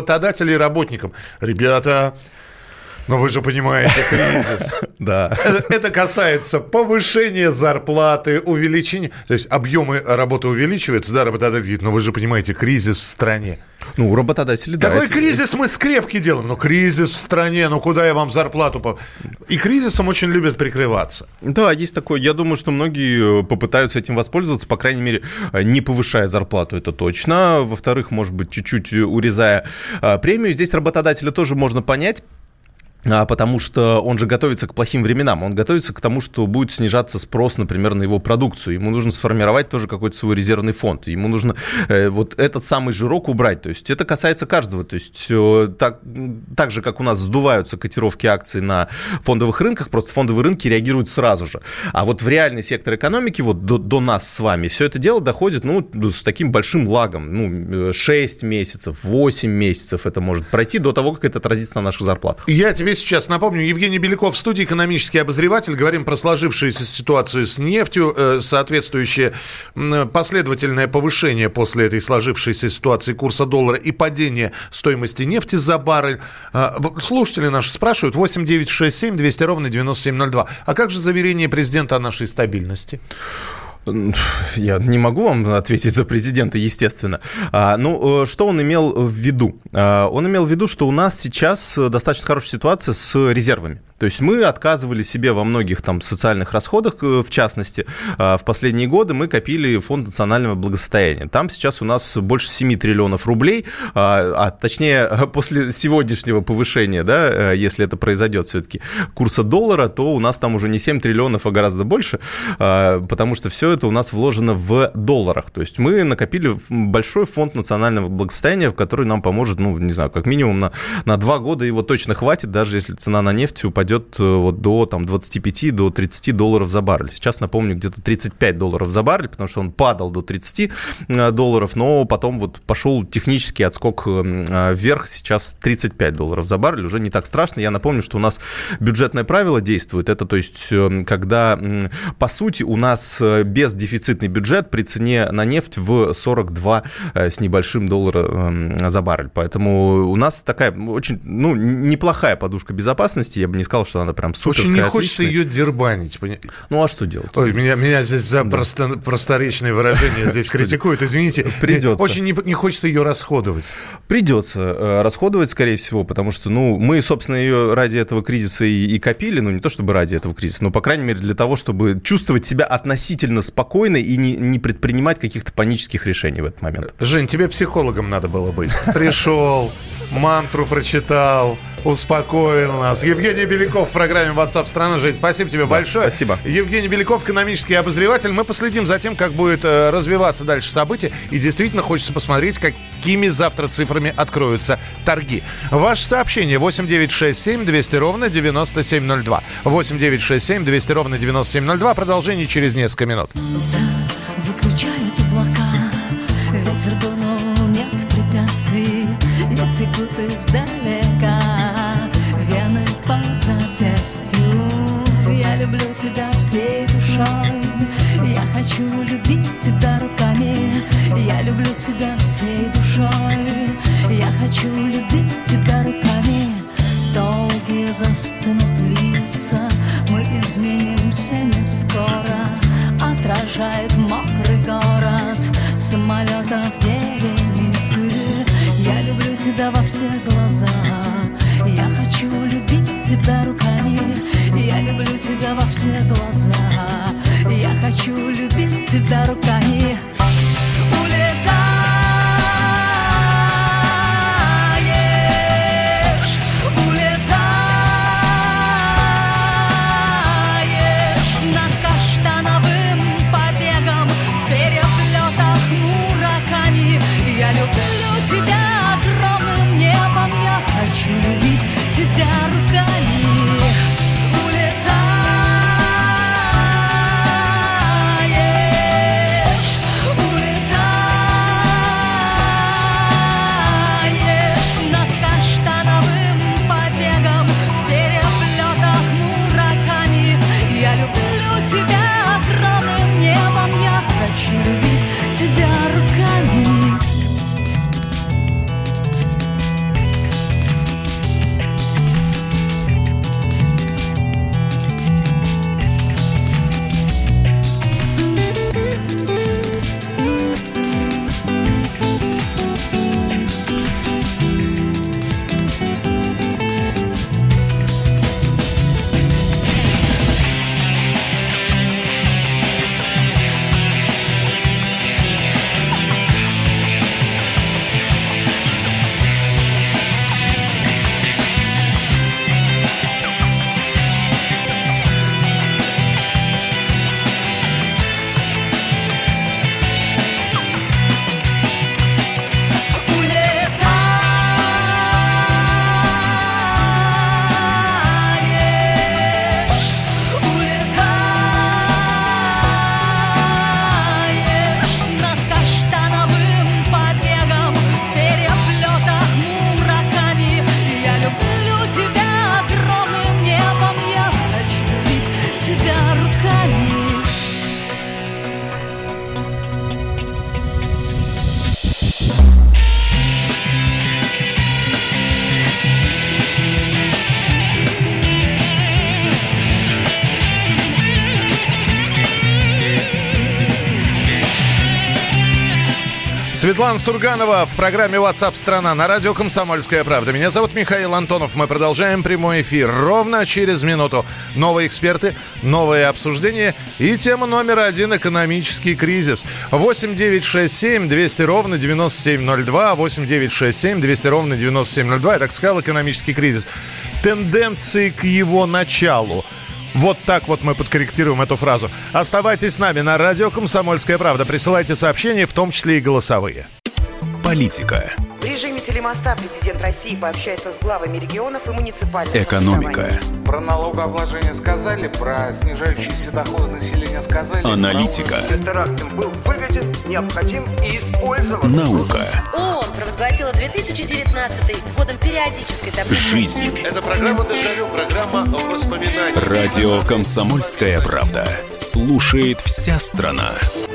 работодателей работникам: ребята, но вы же понимаете, кризис. Да. Это касается повышения зарплаты, увеличения. То есть объемы работы увеличиваются, да, работодатель говорит: но вы же понимаете, кризис в стране. Ну, у работодателей, да. Какой кризис мы скрепки делаем? Ну, кризис в стране, ну куда я вам зарплату... И кризисом очень любят прикрываться. Да, есть такое. Я думаю, что многие попытаются этим воспользоваться, по крайней мере, не повышая зарплату, это точно. Во-вторых, может быть, чуть-чуть урезая премию. Здесь работодателя тоже можно понять, потому что он же готовится к плохим временам. Он готовится к тому, что будет снижаться спрос, например, на его продукцию. Ему нужно сформировать тоже какой-то свой резервный фонд. Ему нужно вот этот самый жирок убрать. То есть это касается каждого. То есть так же, как у нас сдуваются котировки акций на фондовых рынках, просто фондовые рынки реагируют сразу же. А вот в реальный сектор экономики, вот до нас с вами, все это дело доходит, ну, с таким большим лагом. Ну, 6 месяцев, 8 месяцев это может пройти до того, как это отразится на наших зарплатах. Я тебе сейчас напомню, Евгений Беляков в студии, экономический обозреватель. Говорим про сложившуюся ситуацию с нефтью, соответствующее последовательное повышение после этой сложившейся ситуации курса доллара и падение стоимости нефти за баррель. Слушатели наши спрашивают: 8 9 6 7 200 ровно 9702. А как же заверение президента о нашей стабильности? Я не могу вам ответить за президента, естественно. Ну, что он имел в виду? Он имел в виду, что у нас сейчас достаточно хорошая ситуация с резервами. То есть мы отказывали себе во многих там социальных расходах, в частности, в последние годы мы копили фонд национального благосостояния. Там сейчас у нас больше 7 триллионов рублей, точнее, после сегодняшнего повышения, да, если это произойдет все-таки, курса доллара, то у нас там уже не 7 триллионов, а гораздо больше, потому что все это у нас вложено в долларах. То есть мы накопили большой фонд национального благосостояния, который нам поможет, ну, не знаю, как минимум на 2 года его точно хватит, даже если цена на нефть упадет вот до там, 25 до 30 долларов за баррель. Сейчас, напомню, где-то 35 долларов за баррель, потому что он падал до 30 долларов, но потом вот пошел технический отскок вверх, сейчас 35 долларов за баррель, уже не так страшно. Я напомню, что у нас бюджетное правило действует, это, то есть, когда, по сути, у нас бездефицитный бюджет при цене на нефть в 42 с небольшим доллара за баррель. Поэтому у нас такая очень, ну, неплохая подушка безопасности, я бы не сказал, что она прям суперская. Очень не хочется ее дербанить. Ну, а что делать? Ой, меня здесь за просторечные выражения здесь критикуют. Извините. Придется. Очень не хочется ее расходовать. Придется расходовать, скорее всего, потому что, ну, мы, собственно, ее ради этого кризиса и копили, ну, не то чтобы ради этого кризиса, но, по крайней мере, для того, чтобы чувствовать себя относительно спокойно и не предпринимать каких-то панических решений в этот момент. Жень, тебе психологом надо было быть. Пришел, мантру прочитал, успокоил нас. Евгений Беляков в программе WhatsApp страна. Жень, спасибо тебе большое. Спасибо. Евгений Беляков, экономический обозреватель. Мы последим за тем, как будет развиваться дальше события. И действительно хочется посмотреть, какими завтра цифрами откроются торги. Ваше сообщение 8 9 6 7 200 ровно 9702. 8 9 6 7 200 ровно 9702. Продолжение через несколько минут. Солнце выключают облака, ветер дунул, нет препятствий, я текут издалека, вены по запястью. Я люблю тебя всей душой, я хочу любить тебя руками. Я люблю тебя всей душой, я хочу любить тебя руками. Долгие застынут лица, мы изменимся не скоро. Отражает мокрый город самолетов вереницы. Я люблю тебя во все глаза, я хочу любить тебя руками. Я люблю тебя во все глаза, я хочу любить тебя руками. Тебя огромным небом, я хочу любить тебя руками. Улетаешь над каштановым побегом в переплетах мураками. Я люблю тебя огромным небом, я хочу любить тебя руками. Светлана Сурганова в программе WhatsApp страна на радио «Комсомольская правда». Меня зовут Михаил Антонов. Мы продолжаем прямой эфир. Ровно через минуту новые эксперты, новые обсуждения и тема номер 1 – экономический кризис. 8 9 6 7 200 ровно 9702. 8 9 6 7 200 ровно 9702. Я так сказал, экономический кризис. Тенденции к его началу. Вот так вот мы подкорректируем эту фразу. Оставайтесь с нами на радио «Комсомольская правда». Присылайте сообщения, в том числе и голосовые. Политика. В режиме телемоста президент России пообщается с главами регионов и муниципальных Экономика. Про налогообложение сказали, про снижающиеся доходы населения сказали. Аналитика. Терактом был выгоден, необходим и использован. Наука. ООН провозгласила 2019 годом периодической таблицы. Жизнь. Это программа «Дежавю», программа воспоминаний. Радио «Комсомольская правда». Слушает вся страна.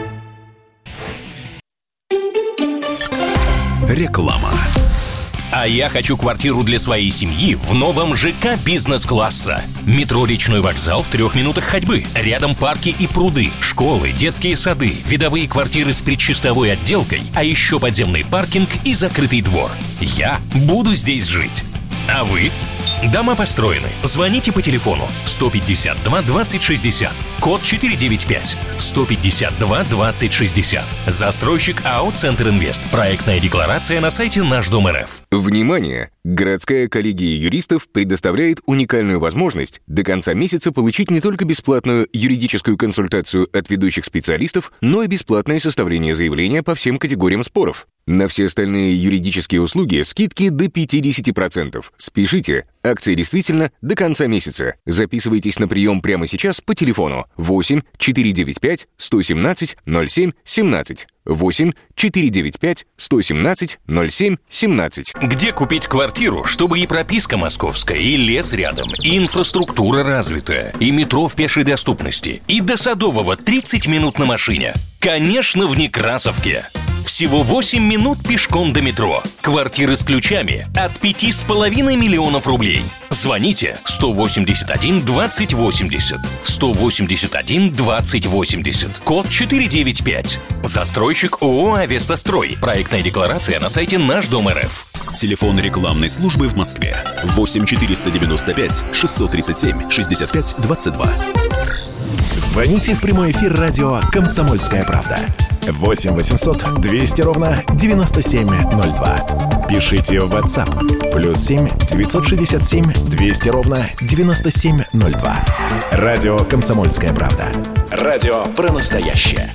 Реклама. А я хочу квартиру для своей семьи в новом ЖК бизнес-класса. Метро «Речной вокзал» в 3 минутах ходьбы. Рядом парки и пруды, школы, детские сады, видовые квартиры с предчистовой отделкой, а еще подземный паркинг и закрытый двор. Я буду здесь жить. А вы? Дома построены. Звоните по телефону 152 20 60. Код 495. 152 20 60. Застройщик АО «Центр Инвест». Проектная декларация на сайте «Наш дом РФ». Внимание! Городская коллегия юристов предоставляет уникальную возможность до конца месяца получить не только бесплатную юридическую консультацию от ведущих специалистов, но и бесплатное составление заявления по всем категориям споров. На все остальные юридические услуги скидки до 50%. Спешите! Акция действительно до конца месяца. Записывайтесь на прием прямо сейчас по телефону 8 495 117 07 17. 8 495 117 07 17. Где купить квартиру, чтобы и прописка московская, и лес рядом, и инфраструктура развитая, и метро в пешей доступности, и до Садового 30 минут на машине? Конечно, в Некрасовке. Всего 8 минут пешком до метро. Квартиры с ключами от 5,5 миллионов рублей. Звоните 181 20 80. 181 20 80. Код 495. Застройщик ООО «Авестострой». Проектная декларация на сайте «Наш дом РФ». Телефон рекламной службы в Москве. 8 495 637 65 22. Звоните в прямой эфир радио «Комсомольская правда». 8 800 200 ровно 9702. Пишите в WhatsApp. +7 967 200 ровно 9702. Радио «Комсомольская правда». Радио про настоящее.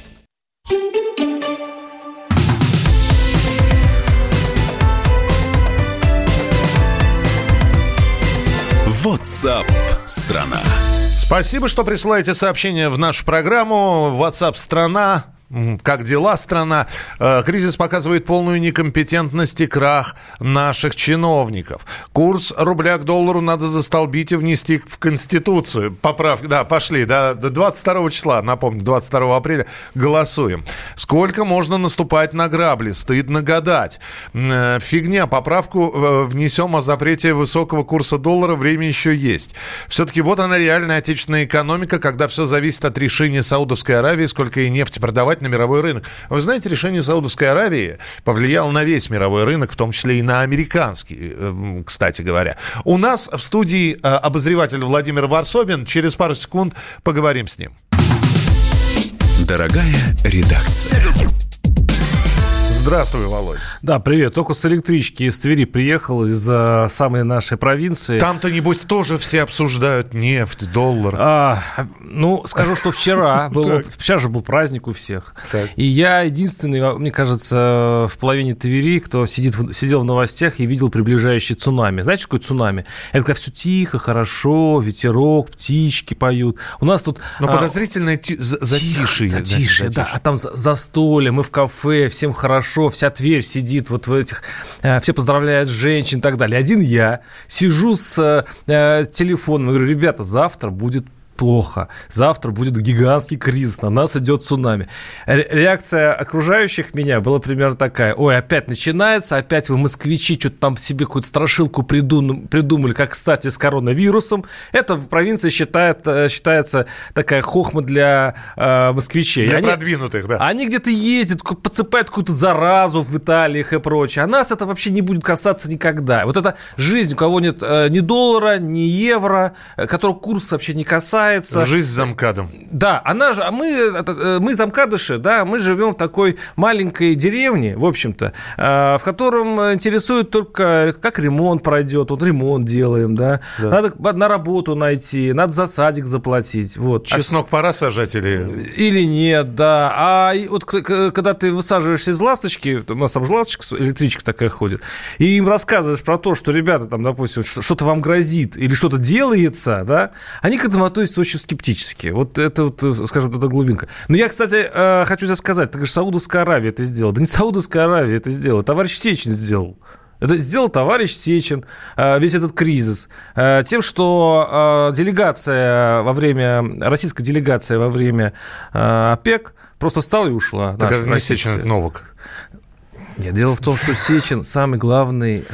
WhatsApp страна. Спасибо, что присылаете сообщения в нашу программу. WhatsApp страна. Как дела, страна? Кризис показывает полную некомпетентность и крах наших чиновников. Курс рубля к доллару надо застолбить и внести в Конституцию. Поправки, да, пошли. До 22 числа, напомню, 22 апреля голосуем. Сколько можно наступать на грабли? Стыдно гадать. Фигня. Поправку внесем о запрете высокого курса доллара. Время еще есть. Все-таки вот она, реальная отечественная экономика, когда все зависит от решения Саудовской Аравии, сколько ей нефти продавать на мировой рынок. Вы знаете, решение Саудовской Аравии повлияло на весь мировой рынок, в том числе и на американский, кстати говоря. У нас в студии обозреватель Владимир Варсобин. Через пару секунд поговорим с ним. Дорогая редакция. Здравствуй, Володь. Да, привет. Только с электрички из Твери приехал, из самой нашей провинции. Там-то, небось, тоже все обсуждают нефть, доллар. Ну, скажу, что вчера же был праздник у всех. И я единственный, мне кажется, в половине Твери, кто сидел в новостях и видел приближающий цунами. Знаете, что такое цунами? Это когда все тихо, хорошо, ветерок, птички поют. У нас тут... Но подозрительное затишье. Затишье, да. А там застолье, мы в кафе, всем хорошо. Вся Тверь сидит вот в этих... Все поздравляют женщин и так далее. Один я сижу с телефоном и говорю: ребята, завтра будет плохо. Завтра будет гигантский кризис, на нас идет цунами. Реакция окружающих меня была примерно такая. Ой, опять начинается, опять вы, москвичи, что-то там себе какую-то страшилку придумали, как, кстати, с коронавирусом. Это в провинции считается такая хохма для москвичей. Для продвинутых, да. Они где-то ездят, подсыпают какую-то заразу в Италиях и прочее. А нас это вообще не будет касаться никогда. Вот эта жизнь, у кого нет ни доллара, ни евро, которого курс вообще не касается. Жизнь за МКАДом. Да, мы замкадыши, да, мы живем в такой маленькой деревне, в общем-то, в котором интересует только, как ремонт пройдет. Вот ремонт делаем, да. Надо на работу найти, надо за садик заплатить. Вот. Чеснок пора сажать или нет, да. А вот когда ты высаживаешься из ласточки, у нас там же ласточка, электричка такая ходит, и им рассказываешь про то, что, ребята, там, допустим, что-то вам грозит или что-то делается, да, они к этому относятся очень скептически. Вот это, скажем, это глубинка. Но я, кстати, хочу тебе сказать, ты говоришь, Саудовская Аравия это сделала. Да не Саудовская Аравия это сделала, товарищ Сечин сделал. Это сделал товарищ Сечин, весь этот кризис, тем, что российская делегация во время ОПЕК просто встала и ушла. Так это не Сечин, это Новак. Нет, дело в том, что Сечин самый главный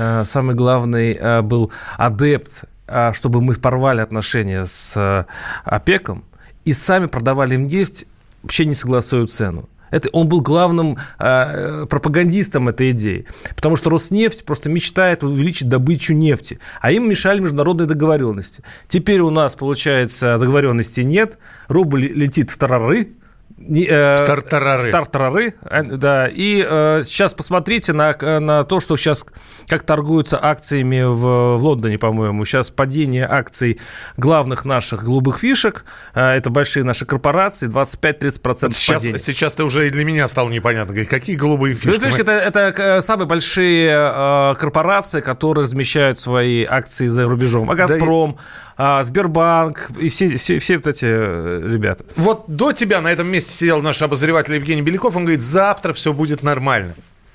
был адепт, чтобы мы порвали отношения с ОПЕКом и сами продавали им нефть, вообще не согласуя цену. Он был главным пропагандистом этой идеи, потому что Роснефть просто мечтает увеличить добычу нефти, а им мешали международные договоренности. Теперь у нас, получается, договоренностей нет, рубль летит в тарары, в тартарары. Да. И сейчас посмотрите на то, что сейчас как торгуются акциями в Лондоне, по-моему. Сейчас падение акций главных наших голубых фишек. Это большие наши корпорации. 25-30% падения. Сейчас ты уже и для меня стало непонятно. Какие голубые фишки? Голубые фишки это самые большие корпорации, которые размещают свои акции за рубежом. А «Газпром», Сбербанк и все вот эти ребята. Вот до тебя на этом месте сидел наш обозреватель Евгений Беляков, он говорит, завтра все будет нормально.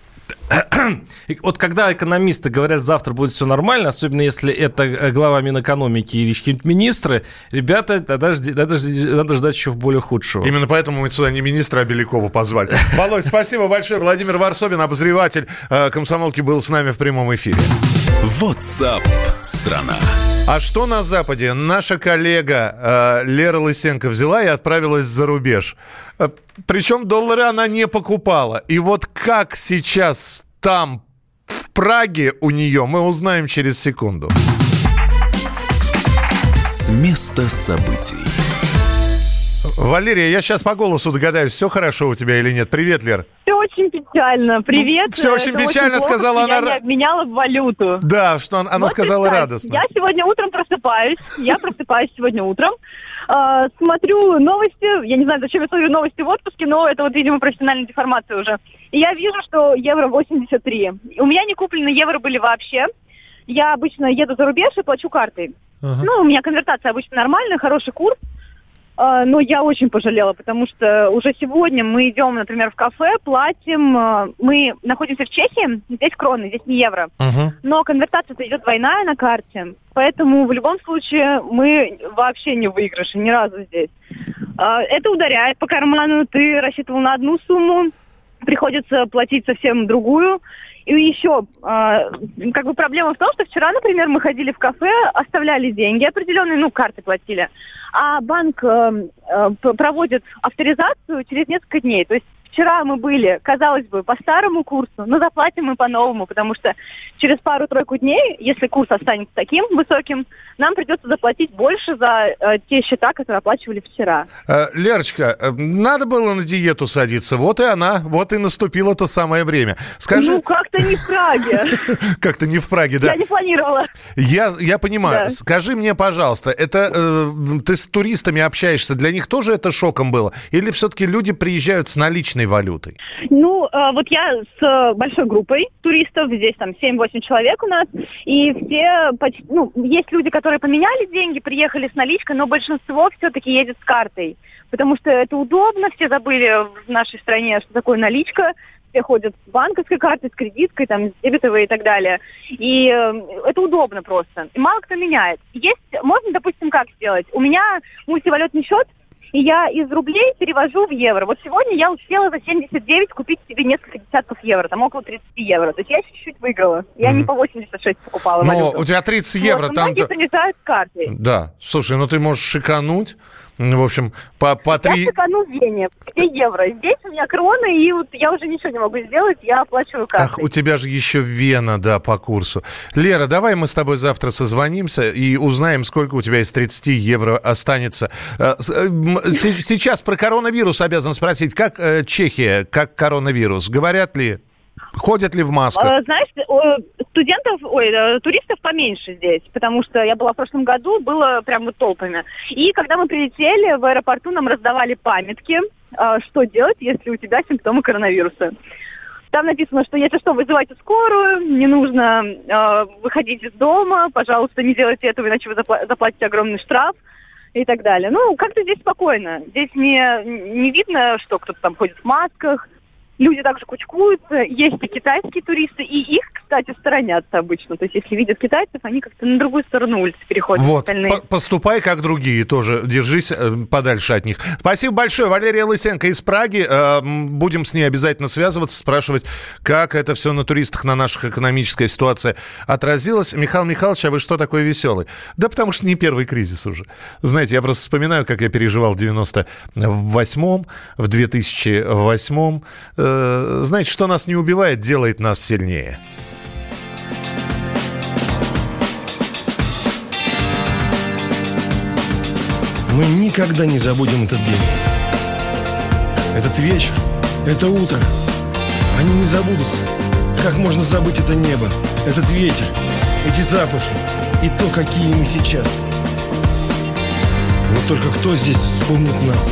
Вот когда экономисты говорят, завтра будет все нормально, особенно если это глава Минэкономики или какие-нибудь министры, ребята, надо ждать еще более худшего. Именно поэтому мы сюда не министра, а Белякова позвали. Володь, спасибо большое. Владимир Варсобин, обозреватель «Комсомолки», был с нами в прямом эфире. WhatsApp страна. А что на Западе? Наша коллега Лера Лысенко взяла и отправилась за рубеж. Причем доллары она не покупала. И вот как сейчас там, в Праге, у нее, мы узнаем через секунду. С места событий. Валерия, я сейчас по голосу догадаюсь, все хорошо у тебя или нет. Привет, Лер. Все очень печально. Привет. Все очень печально, очень сказала она. Я не обменяла в валюту. Да, что она сказала радостно. Я сегодня утром просыпаюсь. Сегодня утром. Смотрю новости. Я не знаю, зачем я смотрю новости в отпуске, но это вот, видимо, профессиональная деформация уже. И я вижу, что евро 83. У меня не куплены евро были вообще. Я обычно еду за рубеж и плачу картой. Ну, у меня конвертация обычно нормальная, хороший курс. Но я очень пожалела, потому что уже сегодня мы идем, например, в кафе, платим. Мы находимся в Чехии, здесь кроны, здесь не евро. Но конвертация-то идет двойная на карте. Поэтому в любом случае мы вообще не в выигрыше ни разу здесь. Это ударяет по карману. Ты рассчитывал на одну сумму, приходится платить совсем другую. И еще, как бы проблема в том, что вчера, например, мы ходили в кафе, оставляли деньги определенные, карты платили, а банк проводит авторизацию через несколько дней. То есть вчера мы были, казалось бы, по старому курсу, но заплатим мы по новому, потому что через пару-тройку дней, если курс останется таким высоким, нам придется заплатить больше за те счета, которые оплачивали вчера. Лерочка, надо было на диету садиться, вот и она, вот и наступило то самое время. Скажи... как-то не в Праге. Как-то не в Праге, да. Я не планировала. Я понимаю. Да. Скажи мне, пожалуйста, это ты с туристами общаешься, для них тоже это шоком было? Или все-таки люди приезжают с наличной валютой? Вот я с большой группой туристов, здесь там 7-8 человек у нас, и все, есть люди, которые поменяли деньги, приехали с наличкой, но большинство все-таки едет с картой, потому что это удобно, все забыли в нашей стране, что такое наличка, все ходят с банковской картой, с кредиткой, там, с дебетовой и так далее. И это удобно просто. И мало кто меняет. Можно, допустим, как сделать? У меня мультивалютный счет, и я из рублей перевожу в евро. Вот сегодня я успела за 79 купить себе несколько десятков евро, там около 30 евро. То есть я чуть-чуть выиграла. Я не по 86 покупала валюту. Но у тебя 30 евро вот, там... Многие прилетают с картой. Да, слушай, ты можешь шикануть. В общем, по 3... Я шикану в Вене. Где евро? Здесь у меня кроны, и вот я уже ничего не могу сделать, я оплачиваю картой. Ах, у тебя же еще Вена, да, по курсу. Лера, давай мы с тобой завтра созвонимся и узнаем, сколько у тебя из 30 евро останется. Сейчас про коронавирус обязан спросить. Как Чехия, как коронавирус? Говорят ли? Ходят ли в масках? Знаешь, туристов поменьше здесь, потому что я была в прошлом году, было прям вот толпами. И когда мы прилетели, в аэропорту нам раздавали памятки, что делать, если у тебя симптомы коронавируса. Там написано, что если что, вызывайте скорую, не нужно выходить из дома, пожалуйста, не делайте этого, иначе вы заплатите огромный штраф и так далее. Ну, как-то здесь спокойно. Здесь не видно, что кто-то там ходит в масках. Люди также кучкуются, есть и китайские туристы, и их, кстати, сторонятся обычно. То есть, если видят китайцев, они как-то на другую сторону улицы переходят. Вот, поступай как другие тоже, держись подальше от них. Спасибо большое, Валерия Лысенко из Праги. Будем с ней обязательно связываться, спрашивать, как это все на туристах, на наших экономическая ситуация отразилась. Михаил Михайлович, а вы что такой веселый? Да потому что не первый кризис уже. Знаете, я просто вспоминаю, как я переживал в 98-м, в 2008-м. Знаете, что нас не убивает, делает нас сильнее. Мы никогда не забудем этот день. Этот вечер, это утро. Они не забудутся. Как можно забыть это небо, этот ветер, эти запахи и то, какие мы сейчас. Вот только кто здесь вспомнит нас?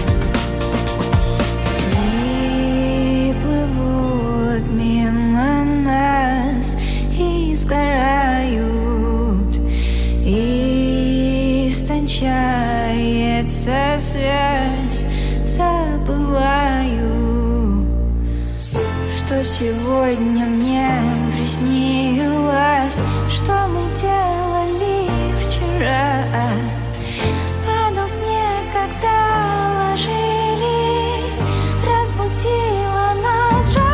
Сгорают, истончается связь, забываю, что сегодня мне приснилось, что мы делали вчера. Падал снег, когда ложились, разбудила нас жара.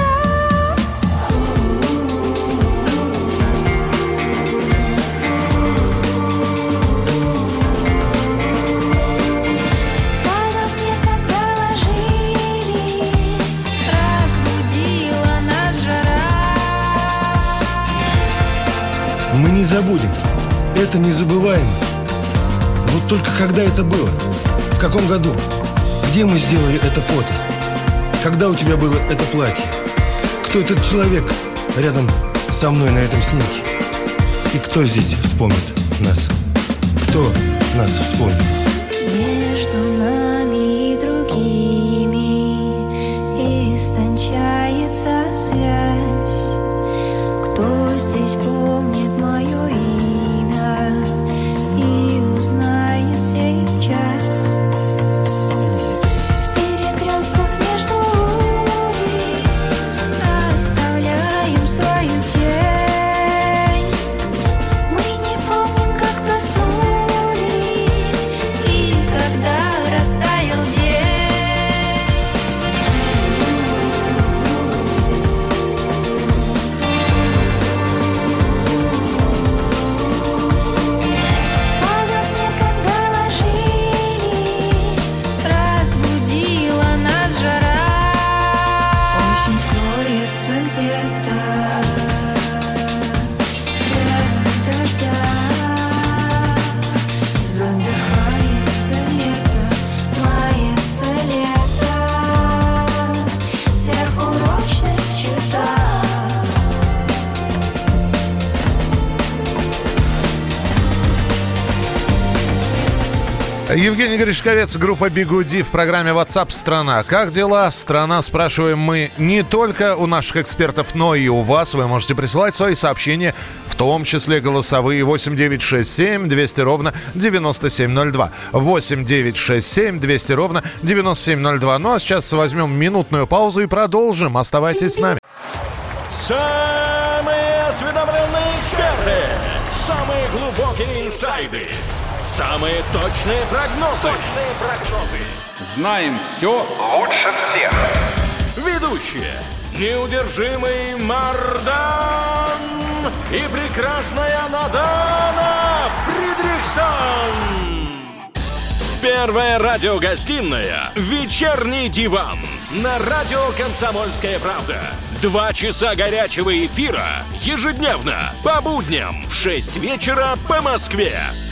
Мы не забудем. Это незабываемо. Вот только когда это было? В каком году? Где мы сделали это фото? Когда у тебя было это платье? Кто этот человек рядом со мной на этом снимке? И кто здесь вспомнит нас? Кто нас вспомнит? Между нами и другими истончается связь. Кто здесь помнит мое имя и узнает сейчас? В перекрестках между улиц оставляем свою тень. Мы не помним, как проснулись и Евгений Гришковец, группа «Бигуди» в программе WhatsApp «Страна». Как дела, страна? Спрашиваем мы не только у наших экспертов, но и у вас. Вы можете присылать свои сообщения, в том числе голосовые. 8967 200 ровно 9702. 8967 200 ровно 9702. Ну а сейчас возьмем минутную паузу и продолжим. Оставайтесь с нами. Самые осведомленные эксперты, самые глубокие инсайды, самые точные прогнозы. Знаем все лучше всех. Ведущие: неудержимый Мардан и прекрасная Надана Фридрихсон. Первая радиогостинная «Вечерний диван» на радио «Комсомольская правда». 2 часа горячего эфира ежедневно по будням в 6 вечера по Москве.